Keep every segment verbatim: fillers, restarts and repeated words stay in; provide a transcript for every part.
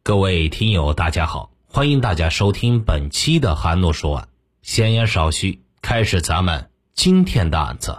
各位听友大家好，欢迎大家收听本期的韩诺说案。闲言少叙，开始咱们今天的案子。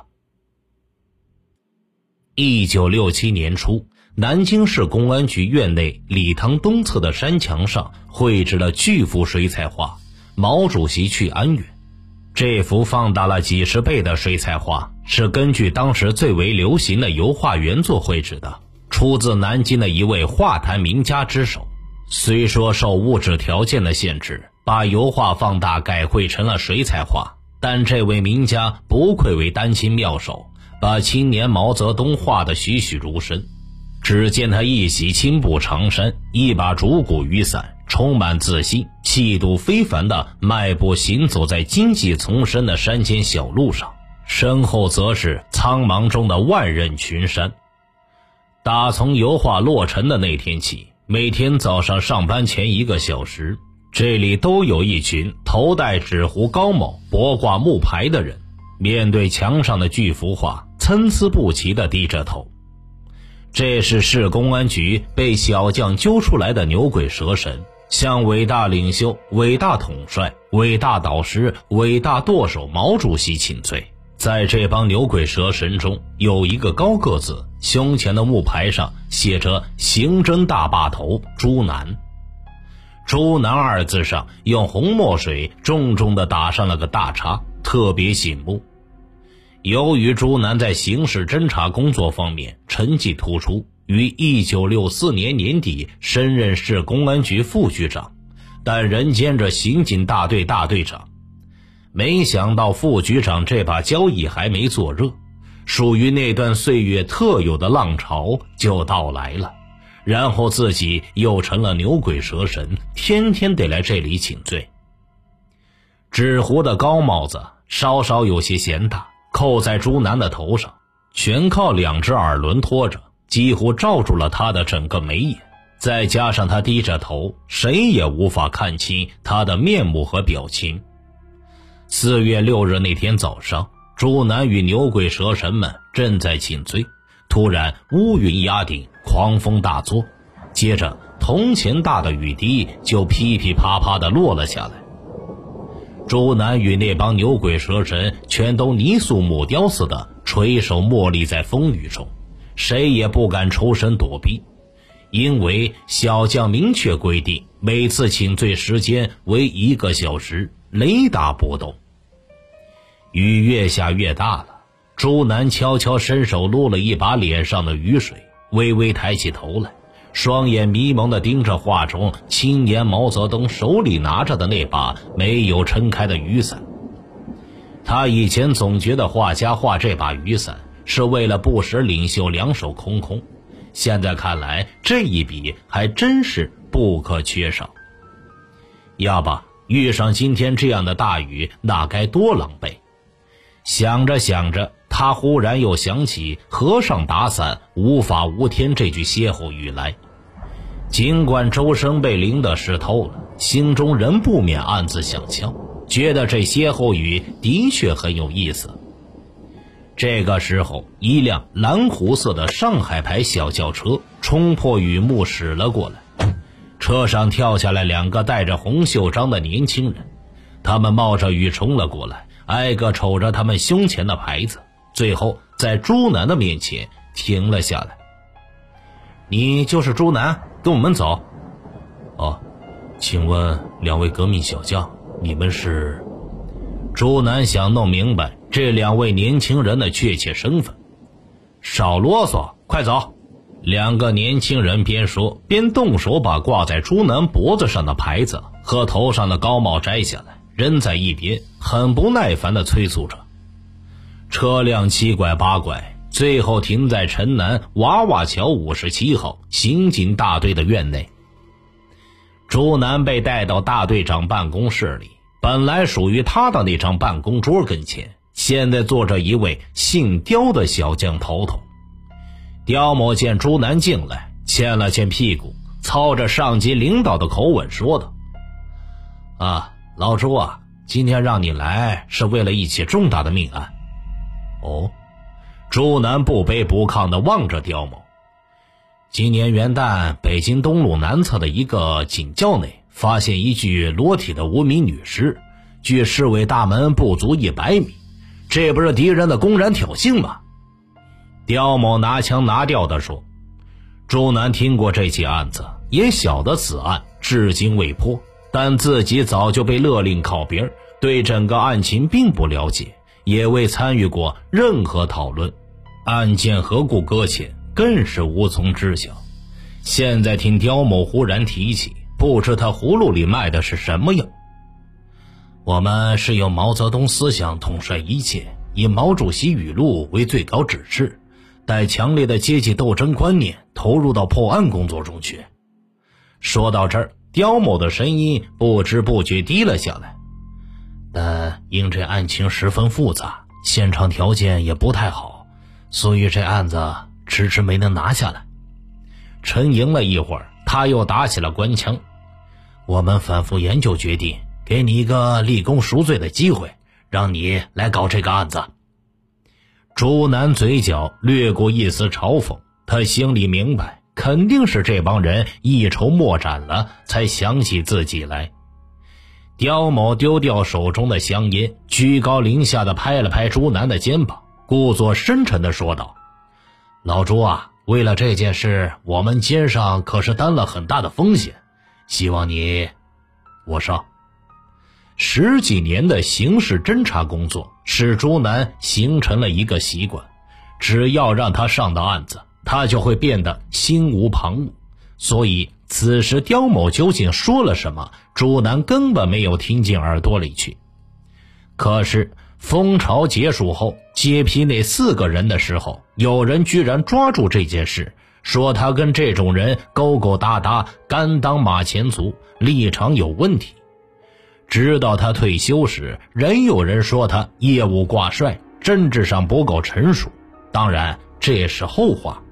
一九六七年初，南京市公安局院内礼堂东侧的山墙上绘制了巨幅水彩画毛主席去安远。这幅放大了几十倍的水彩画是根据当时最为流行的油画原作绘制的，出自南京的一位画坛名家之手。虽说受物质条件的限制，把油画放大改绘成了水彩画，但这位名家不愧为丹青妙手，把青年毛泽东画得栩栩如生。只见他一袭青布长衫，一把竹骨雨伞，充满自信，气度非凡地迈步行走在荆棘丛生的山间小路上，身后则是苍茫中的万仞群山。打从油画落成的那天起，每天早上上班前一个小时，这里都有一群头戴纸糊高帽、脖挂木牌的人，面对墙上的巨幅画，参差不齐地低着头。这是市公安局被小将揪出来的牛鬼蛇神，向伟大领袖、伟大统帅、伟大导师、伟大舵手毛主席请罪。在这帮牛鬼蛇神中，有一个高个子，胸前的木牌上写着刑侦大把头朱南。朱南二字上用红墨水重重地打上了个大叉，特别醒目。由于朱南在刑事侦查工作方面成绩突出，于一九六四年年底升任市公安局副局长，但仍兼着刑警大队大队长。没想到副局长这把交椅还没坐热，属于那段岁月特有的浪潮就到来了，然后自己又成了牛鬼蛇神，天天得来这里请罪。纸糊的高帽子稍稍有些嫌大，扣在朱南的头上，全靠两只耳轮托着，几乎罩住了他的整个眉眼，再加上他低着头，谁也无法看清他的面目和表情。四月六日那天早上，朱南与牛鬼蛇神们正在请罪，突然乌云压顶，狂风大作，接着铜钱大的雨滴就噼噼啪啪地落了下来。朱南与那帮牛鬼蛇神全都泥塑木雕似的垂手默立在风雨中，谁也不敢出声躲避，因为小将明确规定每次请罪时间为一个小时，雷打不动。雨越下越大了，朱南悄悄伸手撸了一把脸上的雨水，微微抬起头来，双眼迷蒙地盯着画中青年毛泽东手里拿着的那把没有撑开的雨伞。他以前总觉得画家画这把雨伞是为了不使领袖两手空空，现在看来这一笔还真是不可缺少。要吧，遇上今天这样的大雨，那该多狼狈。想着想着，他忽然又想起和尚打伞无法无天这句歇后语来。尽管周生被淋得湿透了，心中仍不免暗自想笑，觉得这歇后语的确很有意思。这个时候，一辆蓝湖色的上海牌小轿车冲破雨幕驶了过来，车上跳下来两个戴着红袖章的年轻人，他们冒着雨冲了过来，挨个瞅着他们胸前的牌子，最后在朱南的面前停了下来。你就是朱南，跟我们走。哦，请问两位革命小将，你们是？朱南想弄明白这两位年轻人的确切身份。少啰嗦，快走。两个年轻人边说边动手把挂在朱南脖子上的牌子和头上的高帽摘下来，扔在一边，很不耐烦地催促着。车辆七拐八拐，最后停在城南娃娃桥五十七号刑警大队的院内。朱南被带到大队长办公室里，本来属于他的那张办公桌跟前，现在坐着一位姓刁的小将头头。刁某见朱南进来，欠了欠屁股，操着上级领导的口吻说道：啊，老朱啊，今天让你来是为了一起重大的命案。哦，朱南不卑不亢地望着刁某。 今年元旦，北京东路南侧的一个警窖内发现一具裸体的无名女尸，距市委大门不足一百米，这不是敌人的公然挑衅吗？刁某拿腔拿调地说。朱南听过这起案子，也晓得此案至今未破，但自己早就被勒令靠边，对整个案情并不了解，也未参与过任何讨论，案件何故搁浅更是无从知晓。现在听刁某忽然提起，不知他葫芦里卖的是什么药。我们是由毛泽东思想统帅一切，以毛主席语录为最高指示，带强烈的阶级斗争观念投入到破案工作中去。说到这儿，刁某的声音不知不觉低了下来。但因这案情十分复杂，现场条件也不太好，所以这案子迟迟没能拿下来。沉吟了一会儿，他又打起了官腔。我们反复研究决定，给你一个立功赎罪的机会，让你来搞这个案子。朱南嘴角掠过一丝嘲讽，他心里明白，肯定是这帮人一筹莫展了，才想起自己来。刁某丢掉手中的香烟，居高临下的拍了拍朱南的肩膀，故作深沉地说道：老朱啊，为了这件事，我们肩上可是担了很大的风险，希望你我上。十几年的刑事侦查工作使朱南形成了一个习惯，只要让他上到案子，他就会变得心无旁骛。所以此时刁某究竟说了什么，朱南根本没有听进耳朵里去。可是风潮结束后，揭批那四个人的时候，有人居然抓住这件事，说他跟这种人勾勾搭搭，甘当马前卒，立场有问题。直到他退休时，仍有人说他业务挂帅，政治上不够成熟，当然这是后话。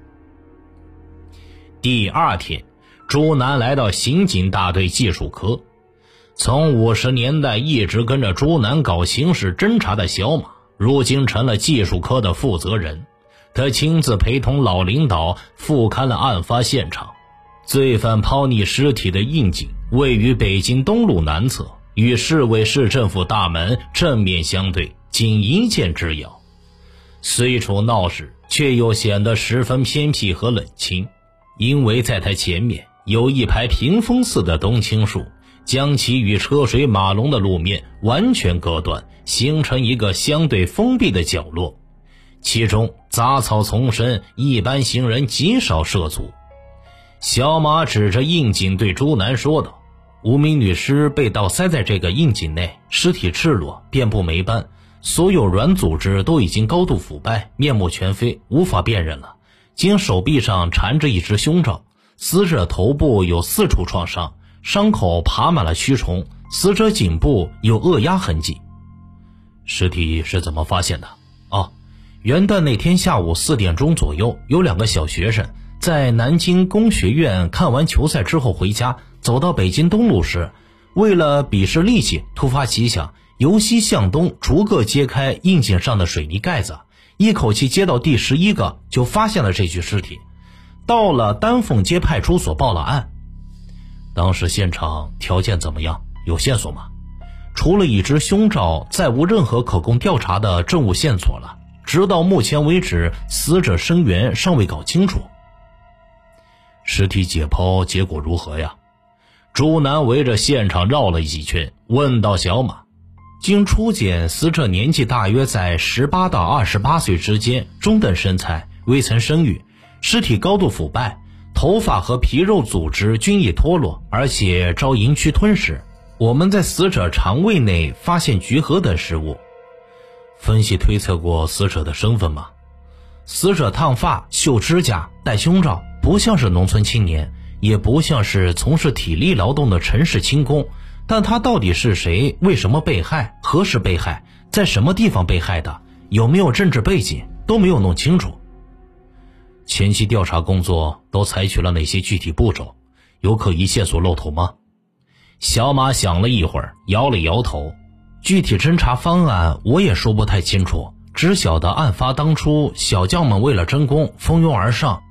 第二天，朱南来到刑警大队技术科。从五十年代一直跟着朱南搞刑事侦查的小马，如今成了技术科的负责人。他亲自陪同老领导复勘了案发现场。罪犯抛溺尸体的印井位于北京东路南侧，与市委市政府大门正面相对，仅一箭之遥。虽处闹市，却又显得十分偏僻和冷清，因为在它前面有一排屏风似的冬青树，将其与车水马龙的路面完全隔断，形成一个相对封闭的角落。其中杂草丛生，一般行人极少涉足。小马指着印井对朱南说道：无名女尸被盗塞在这个印井内，尸体赤裸，遍布霉斑，所有软组织都已经高度腐败，面目全非，无法辨认了。经手臂上缠着一只胸罩，死者头部有四处创伤，伤口爬满了蛆虫，死者颈部有扼压痕迹。尸体是怎么发现的？哦，元旦那天下午四点钟左右，有两个小学生在南京工学院看完球赛之后回家，走到北京东路时，为了比试力气，突发奇想，由西向东逐个揭开印井上的水泥盖子，一口气揭到第十一个，就发现了这具尸体。到了丹凤街派出所报了案。当时现场条件怎么样？有线索吗？除了一只胸罩，再无任何可供调查的证物线索了。直到目前为止，死者生源尚未搞清楚。尸体解剖结果如何呀？朱南围着现场绕了几圈，问到小马。经初检，死者年纪大约在十八到二十八岁之间，中等身材，未曾生育，尸体高度腐败，头发和皮肉组织均已脱落，而且遭营区吞食。我们在死者肠胃内发现菊核等食物。分析推测过死者的身份吗？死者烫发、绣指甲、戴胸罩，不像是农村青年，也不像是从事体力劳动的城市轻工，但他到底是谁？为什么被害？何时被害？在什么地方被害的？有没有政治背景？都没有弄清楚。前期调查工作都采取了哪些具体步骤？有可疑线索露头吗？小马想了一会儿，摇了摇头。具体侦查方案我也说不太清楚，只晓得案发当初，小将们为了争功蜂拥而上，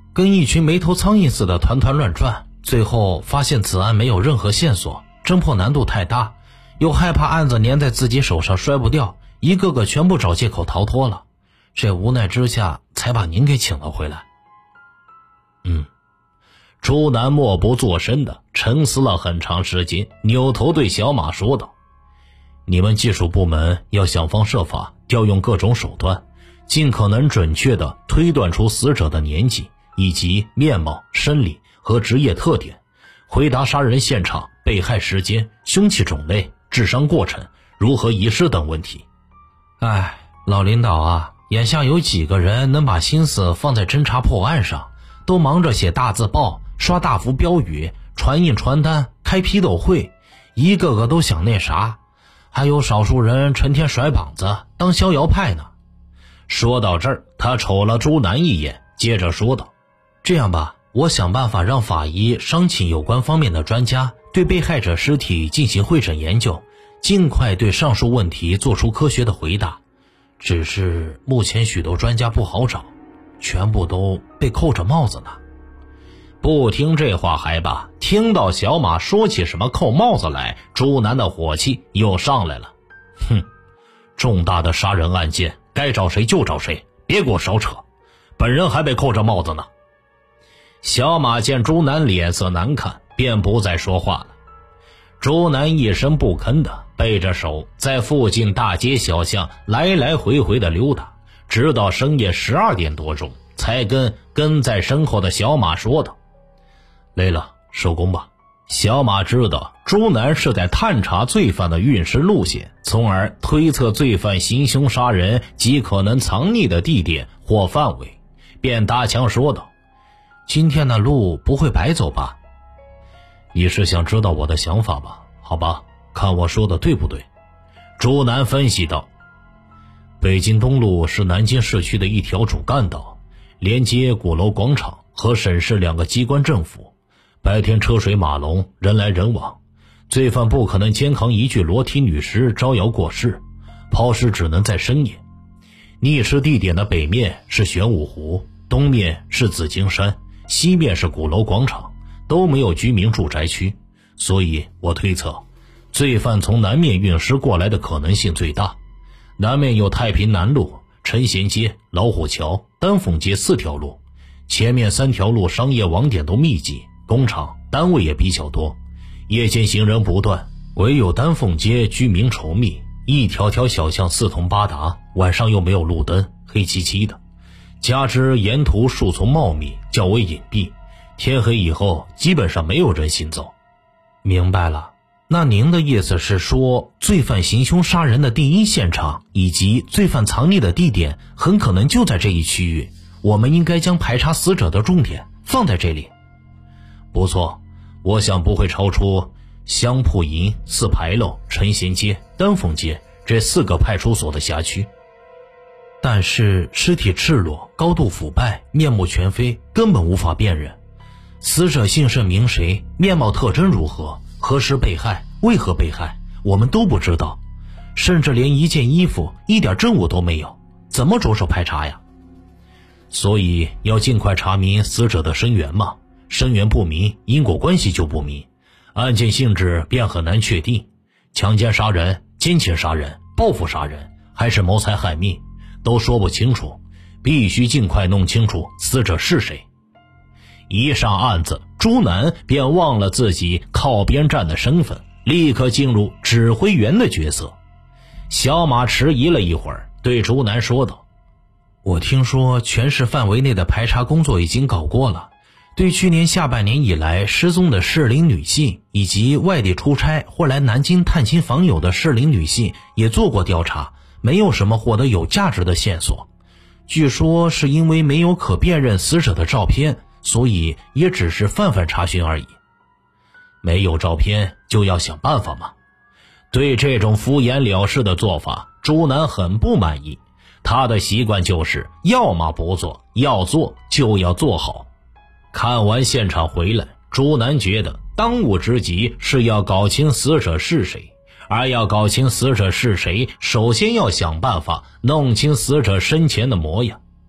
跟一群没头苍蝇似的团团乱转，最后发现此案没有任何线索，侦破难度太大，又害怕案子粘在自己手上摔不掉，一个个全部找借口逃脱了。这无奈之下才把您给请了回来。 嗯，朱南默不作声的沉思了很长时间，扭头对小马说道：你们技术部门要想方设法调用各种手段，尽可能准确地推断出死者的年纪以及面貌、生理和职业特点，回答杀人现场、被害时间、凶器种类、致伤过程、如何遗失等问题。 哎，老领导啊，眼下有几个人能把心思放在侦查破案上，都忙着写大字报、刷大幅标语、传印传单、开批斗会，一个个都想那啥，还有少数人成天甩膀子当逍遥派呢。 说到这儿，他瞅了朱南一眼，接着说道： 这样吧，我想办法让法医商请有关方面的专家对被害者尸体进行会诊研究，尽快对上述问题做出科学的回答。只是目前许多专家不好找，全部都被扣着帽子呢。 不听这话还罢，听到小马说起什么扣帽子来，朱南的火气又上来了。哼，重大的杀人案件该找谁就找谁，别给我少扯，本人还被扣着帽子呢。小马见朱南脸色难看，便不再说话了。朱南一声不吭的背着手在附近大街小巷来来回回的溜达，直到深夜十二点多钟，才跟跟在身后的小马说道：累了，收工吧。小马知道朱南是在探查罪犯的运尸路线，从而推测罪犯行凶杀人极可能藏匿的地点或范围，便搭腔说道： 今天的路不会白走吧？ 你是想知道我的想法吧？好吧，看我说的对不对。朱南分析道：北京东路是南京市区的一条主干道，连接鼓楼广场和省市两个机关政府，白天车水马龙，人来人往，罪犯不可能肩扛一具裸体女尸招摇过市，抛尸只能在深夜。溺尸地点的北面是玄武湖，东面是紫金山，西面是鼓楼广场，都没有居民住宅区，所以我推测罪犯从南面运尸过来的可能性最大。南面有太平南路、成贤街、老虎桥、丹凤街四条路，前面三条路商业网点都密集，工厂单位也比较多，夜间行人不断，唯有丹凤街居民稠密，一条条小巷四通八达，晚上又没有路灯，黑漆漆的，加之沿途树丛茂密，较为隐蔽，天黑以后基本上没有人行走。 明白了，那您的意思是说，罪犯行凶杀人的第一现场以及罪犯藏匿的地点很可能就在这一区域，我们应该将排查死者的重点放在这里。 不错，我想不会超出香铺营、四牌楼、成贤街、丹凤街这四个派出所的辖区。 但是尸体赤裸，高度腐败，面目全非，根本无法辨认。死者姓甚名谁，面貌特征如何，何时被害，为何被害，我们都不知道，甚至连一件衣服、一点证物都没有，怎么着手排查呀？ 所以要尽快查明死者的生源嘛，生源不明，因果关系就不明，案件性质便很难确定，强奸杀人、奸情杀人、报复杀人还是谋财害命都说不清楚，必须尽快弄清楚死者是谁。一上案子，朱南便忘了自己靠边站的身份，立刻进入指挥员的角色。小马迟疑了一会儿，对朱南说道： 我听说全市范围内的排查工作已经搞过了，对去年下半年以来失踪的适龄女性以及外地出差或来南京探亲访友的适龄女性也做过调查，没有什么获得有价值的线索。据说是因为没有可辨认死者的照片，所以也只是泛泛查询而已。 没有照片就要想办法嘛。对这种敷衍了事的做法，朱南很不满意。他的习惯就是要么不做，要做就要做好。看完现场回来，朱南觉得当务之急是要搞清死者是谁，而要搞清死者是谁，首先要想办法弄清死者生前的模样。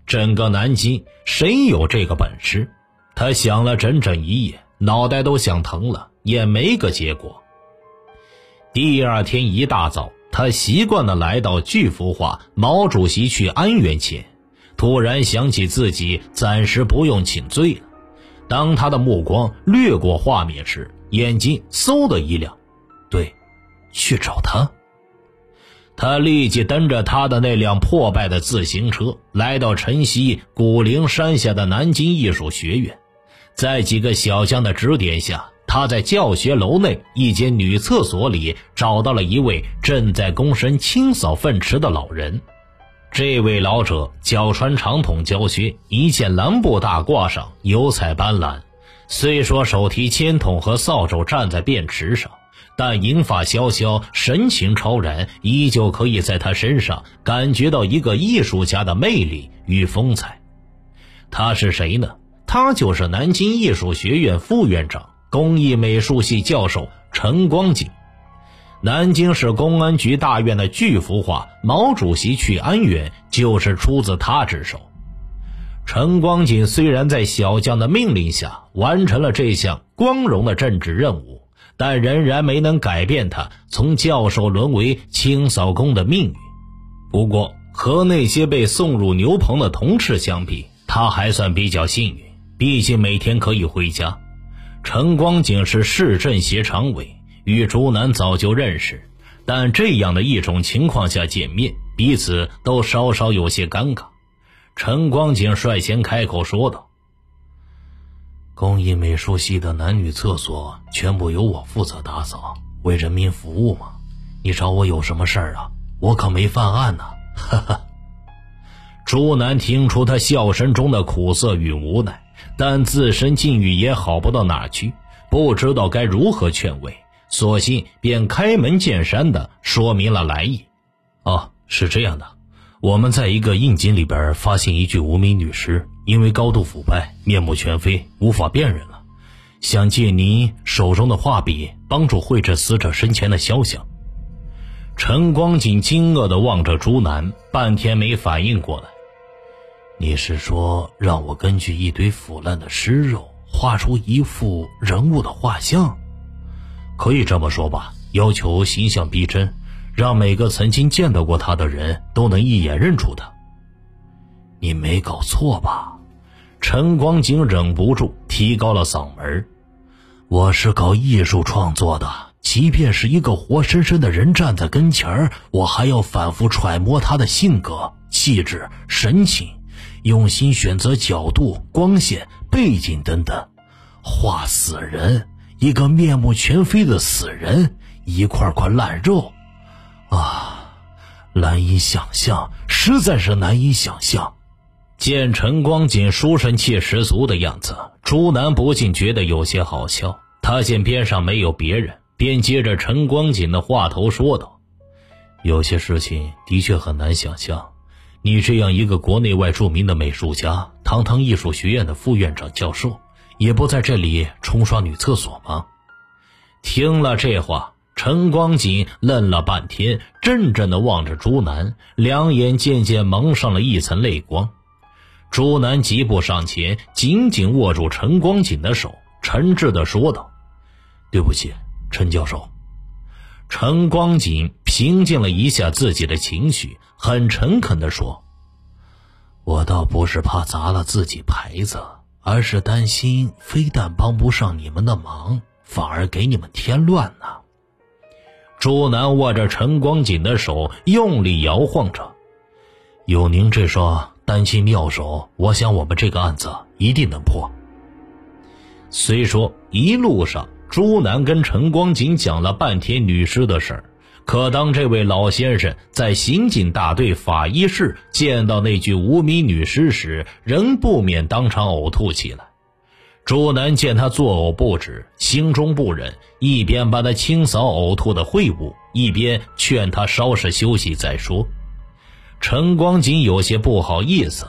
整个南京谁有这个本事？他想了整整一夜，脑袋都想疼了，也没个结果。第二天一大早，他习惯地来到巨幅画毛主席去安源前，突然想起自己暂时不用请罪了。当他的目光掠过画面时，眼睛嗖的一亮，对，去找他。他立即蹬着他的那辆破败的自行车，来到晨曦古陵山下的南京艺术学院。在几个小将的指点下，他在教学楼内一间女厕所里找到了一位正在躬身清扫粪池的老人。这位老者脚穿长筒胶靴，一件蓝布大褂上油彩斑斓，虽说手提铅筒和扫帚站在便池上，但银发萧萧，神情超然，依旧可以在他身上感觉到一个艺术家的魅力与风采。他是谁呢？他就是南京艺术学院副院长、工艺美术系教授陈光景。南京市公安局大院的巨幅画毛主席去安源就是出自他之手。陈光景虽然在小将的命令下完成了这项光荣的政治任务，但仍然没能改变他从教授沦为清扫工的命运。不过和那些被送入牛棚的同事相比，他还算比较幸运，毕竟每天可以回家。陈光景是市政协常委，与竹南早就认识，但这样的一种情况下见面，彼此都稍稍有些尴尬。陈光景率先开口说道： 工艺美术系的男女厕所全部由我负责打扫，为人民服务嘛。你找我有什么事儿啊？我可没犯案呢。哈哈。 竹南听出他笑声中的苦涩与无奈，但自身境遇也好不到哪去，不知道该如何劝慰，索性便开门见山地说明了来意。 哦，是这样的，我们在一个印锦里边发现一具无名女尸，因为高度腐败，面目全非，无法辨认了，想借您手中的画笔帮助绘制死者生前的肖像。 陈光景惊愕地望着竹南，半天没反应过来。 你是说让我根据一堆腐烂的尸肉画出一幅人物的画像？ 可以这么说吧，要求形象逼真，让每个曾经见到过他的人都能一眼认出他。 你没搞错吧？ 陈光景忍不住提高了嗓门。 我是搞艺术创作的，即便是一个活生生的人站在跟前儿，我还要反复揣摩他的性格、气质、神情，用心选择角度、光线、背景等等，画死人，一个面目全非的死人，一块块烂肉啊，难以想象，实在是难以想象。 见陈光景书生气十足的样子，竹南不禁觉得有些好笑。他见边上没有别人，便接着陈光景的话头说道： 有些事情的确很难想象，你这样一个国内外著名的美术家，堂堂艺术学院的副院长教授，也不在这里冲刷女厕所吗？ 听了这话，陈光景愣了半天，怔怔地望着竹南，两眼渐渐蒙上了一层泪光。竹南疾步上前，紧紧握住陈光景的手，诚挚地说道： 对不起，陈教授。 陈光景平静了一下自己的情绪，很诚恳地说： 我倒不是怕砸了自己牌子，而是担心非但帮不上你们的忙，反而给你们添乱呢。 竹南握着陈光景的手，用力摇晃着。 有您这双丹青妙手，我想我们这个案子一定能破。 虽说一路上朱南跟陈光景讲了半天女尸的事儿，可当这位老先生在刑警大队法医室见到那具无名女尸时，仍不免当场呕吐起来。朱南见他作呕不止，心中不忍，一边帮他清扫呕吐的秽物，一边劝他稍事休息再说。陈光景有些不好意思，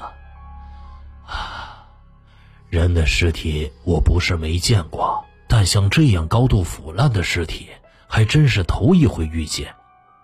人的尸体我不是没见过，但像这样高度腐烂的尸体还真是头一回遇见。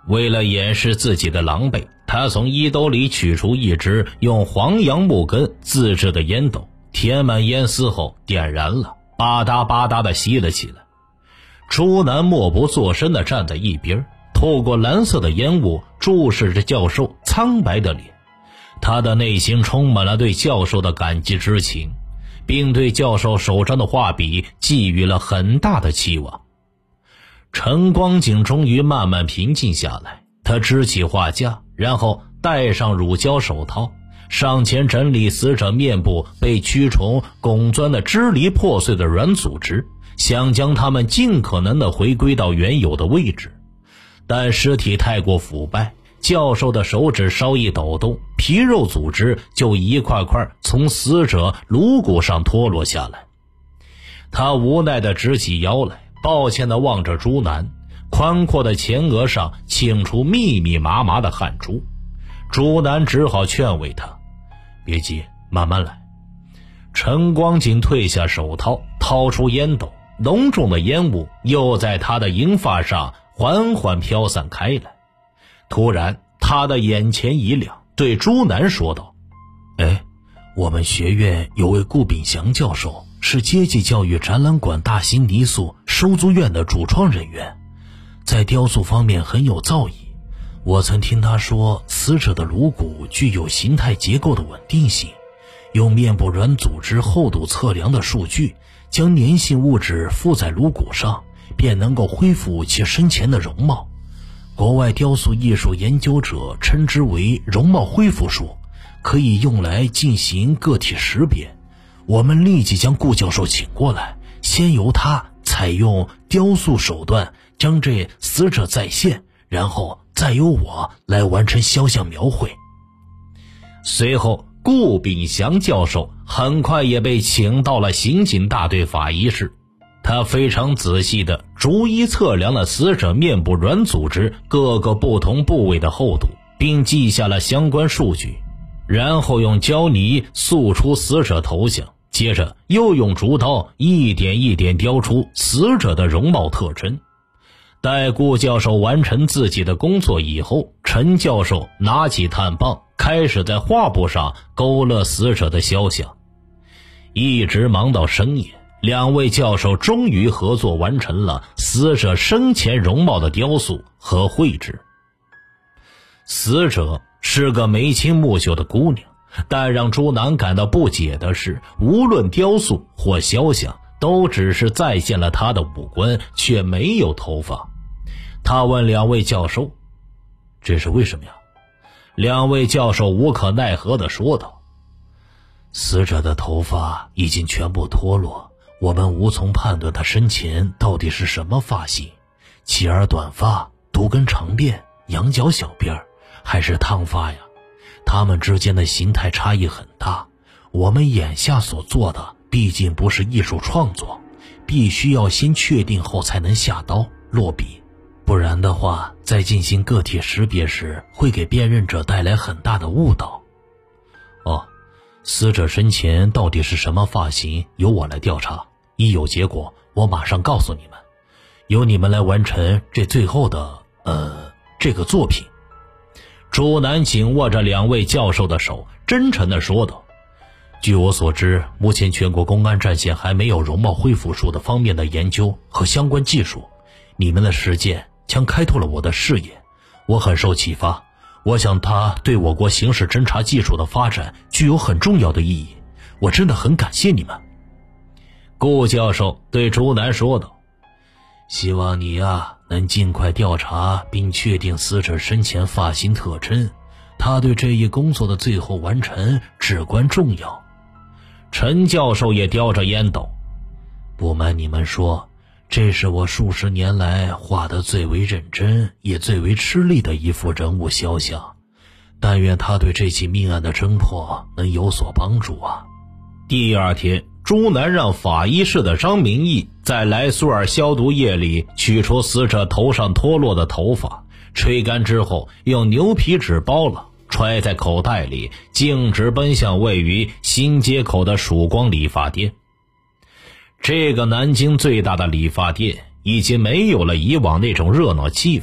为了掩饰自己的狼狈，他从衣兜里取出一支用黄杨木根自制的烟斗，填满烟丝后点燃了，吧嗒吧嗒地吸了起来。朱南默不作声地站在一边，透过蓝色的烟雾注视着教授苍白的脸。他的内心充满了对教授的感激之情，并对教授手上的画笔寄予了很大的期望。陈光景终于慢慢平静下来，他支起画架，然后戴上乳胶手套，上前整理死者面部被蛆虫拱钻的支离破碎的软组织，想将它们尽可能的回归到原有的位置。但尸体太过腐败，教授的手指稍一抖动，皮肉组织就一块块从死者颅骨上脱落下来。他无奈地直起腰来，抱歉地望着朱南，宽阔的前额上沁出密密麻麻的汗珠。朱南只好劝慰他，别急，慢慢来。陈光景退下手套，掏出烟斗，浓重的烟雾又在他的银发上缓缓飘散开来。突然他的眼前一亮，对朱南说道， 哎，我们学院有位顾秉祥教授，是阶级教育展览馆大型泥塑收租院的主创人员，在雕塑方面很有造诣。我曾听他说，死者的颅骨具有形态结构的稳定性，用面部软组织厚度测量的数据，将粘性物质附在颅骨上，便能够恢复其生前的容貌。国外雕塑艺术研究者称之为容貌恢复术，可以用来进行个体识别。我们立即将顾教授请过来，先由他采用雕塑手段将这死者再现，然后再由我来完成肖像描绘。 随后顾秉祥教授很快也被请到了刑警大队法医室，他非常仔细地逐一测量了死者面部软组织各个不同部位的厚度，并记下了相关数据，然后用胶泥塑出死者头像，接着又用竹刀一点一点雕出死者的容貌特征。待顾教授完成自己的工作以后，陈教授拿起炭棒，开始在画布上勾勒死者的肖像。一直忙到深夜，两位教授终于合作完成了死者生前容貌的雕塑和绘制。死者是个眉清目秀的姑娘，但让朱南感到不解的是，无论雕塑或肖像都只是再现了她的五官，却没有头发。他问两位教授， 这是为什么呀？ 两位教授无可奈何地说道， 死者的头发已经全部脱落，我们无从判断他生前到底是什么发型，齐耳短发、独根长辫、羊角小辫，还是烫发呀？他们之间的形态差异很大。我们眼下所做的毕竟不是艺术创作，必须要先确定后才能下刀落笔，不然的话，在进行个体识别时，会给辨认者带来很大的误导。哦，死者生前到底是什么发型，由我来调查，一有结果，我马上告诉你们，由你们来完成这最后的，呃，这个作品。 朱南紧握着两位教授的手，真诚地说道， 据我所知，目前全国公安战线还没有容貌恢复术的方面的研究和相关技术，你们的实践将开拓了我的视野，我很受启发，我想它对我国刑事侦查技术的发展具有很重要的意义，我真的很感谢你们。 顾教授对朱南说道， 希望你啊能尽快调查并确定死者生前发型特征，他对这一工作的最后完成至关重要。 陈教授也叼着烟斗， 不瞒你们说，这是我数十年来画得最为认真也最为吃力的一幅人物肖像，但愿他对这起命案的侦破能有所帮助啊。 第二天，朱南让法医室的张明义在莱苏尔消毒液里取出死者头上脱落的头发，吹干之后用牛皮纸包了，揣在口袋里，径直奔向位于新街口的曙光理发店。这个南京最大的理发店已经没有了以往那种热闹气氛，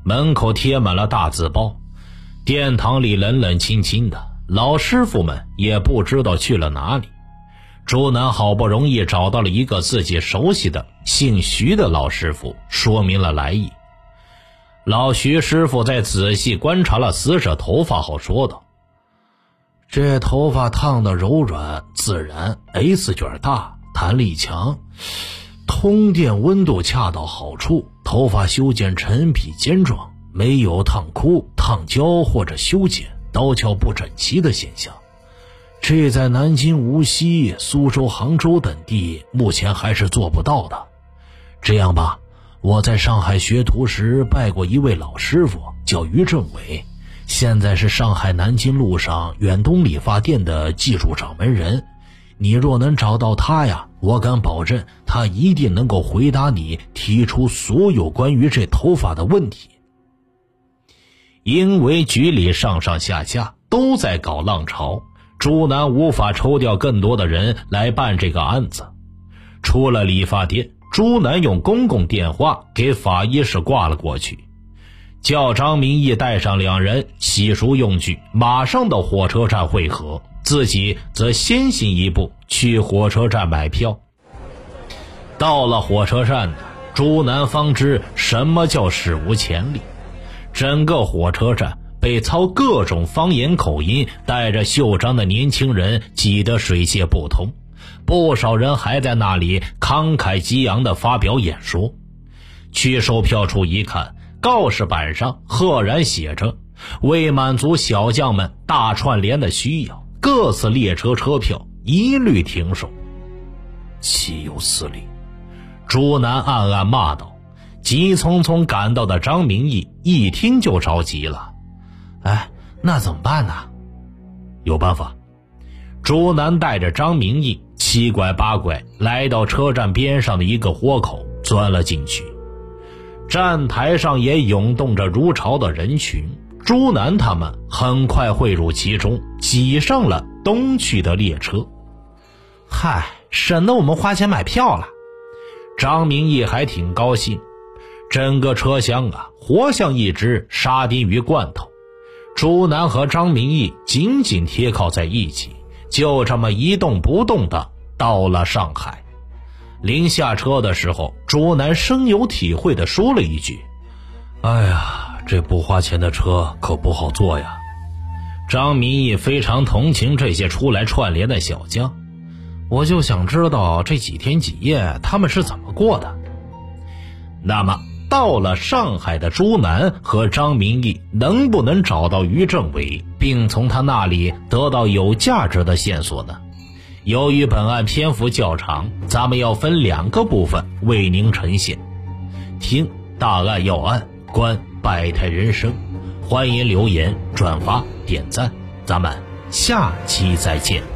门口贴满了大字报，殿堂里冷冷清清的，老师傅们也不知道去了哪里。朱南好不容易找到了一个自己熟悉的姓徐的老师傅，说明了来意。老徐师傅在仔细观察了死者头发后说道： 这头发烫得柔软自然， S 卷大，弹力强，通电温度恰到好处，头发修剪陈皮尖状，没有烫枯、烫焦或者修剪、刀鞘不整齐的现象。这在南京、无锡、苏州、杭州等地目前还是做不到的。这样吧，我在上海学徒时拜过一位老师傅，叫于政委，现在是上海南京路上远东理发店的技术掌门人。你若能找到他呀，我敢保证他一定能够回答你提出所有关于这头发的问题。 因为局里上上下下都在搞浪潮，朱南无法抽调更多的人来办这个案子。出了理发店，朱南用公共电话给法医室挂了过去，叫张明义带上两人洗漱用具，马上到火车站会合，自己则先行一步去火车站买票。到了火车站，朱南方知什么叫史无前例。整个火车站被操各种方言口音带着袖章的年轻人挤得水泄不通，不少人还在那里慷慨激昂地发表演说。去售票处一看，告示板上赫然写着：为满足小将们大串联的需要，各次列车车票一律停售。岂有此理！朱南暗暗骂道。急匆匆赶到的张明义一听就着急了。 哎，那怎么办呢？ 有办法。朱南带着张明义七拐八拐来到车站边上的一个豁口，钻了进去。站台上也涌动着如潮的人群，朱南他们很快汇入其中，挤上了东去的列车。 嗨，省得我们花钱买票了。 张明义还挺高兴。整个车厢啊，活像一只沙丁鱼罐头。朱南和张明义紧紧贴靠在一起，就这么一动不动的到了上海。临下车的时候，朱南深有体会地说了一句： 哎呀，这不花钱的车可不好坐呀。 张明义非常同情这些出来串联的小将， 我就想知道这几天几夜他们是怎么过的。 那么到了上海的朱南和张明义能不能找到于政委，并从他那里得到有价值的线索呢？由于本案篇幅较长，咱们要分两个部分为您呈现。听大案要案，观百态人生，欢迎留言、转发、点赞，咱们下期再见。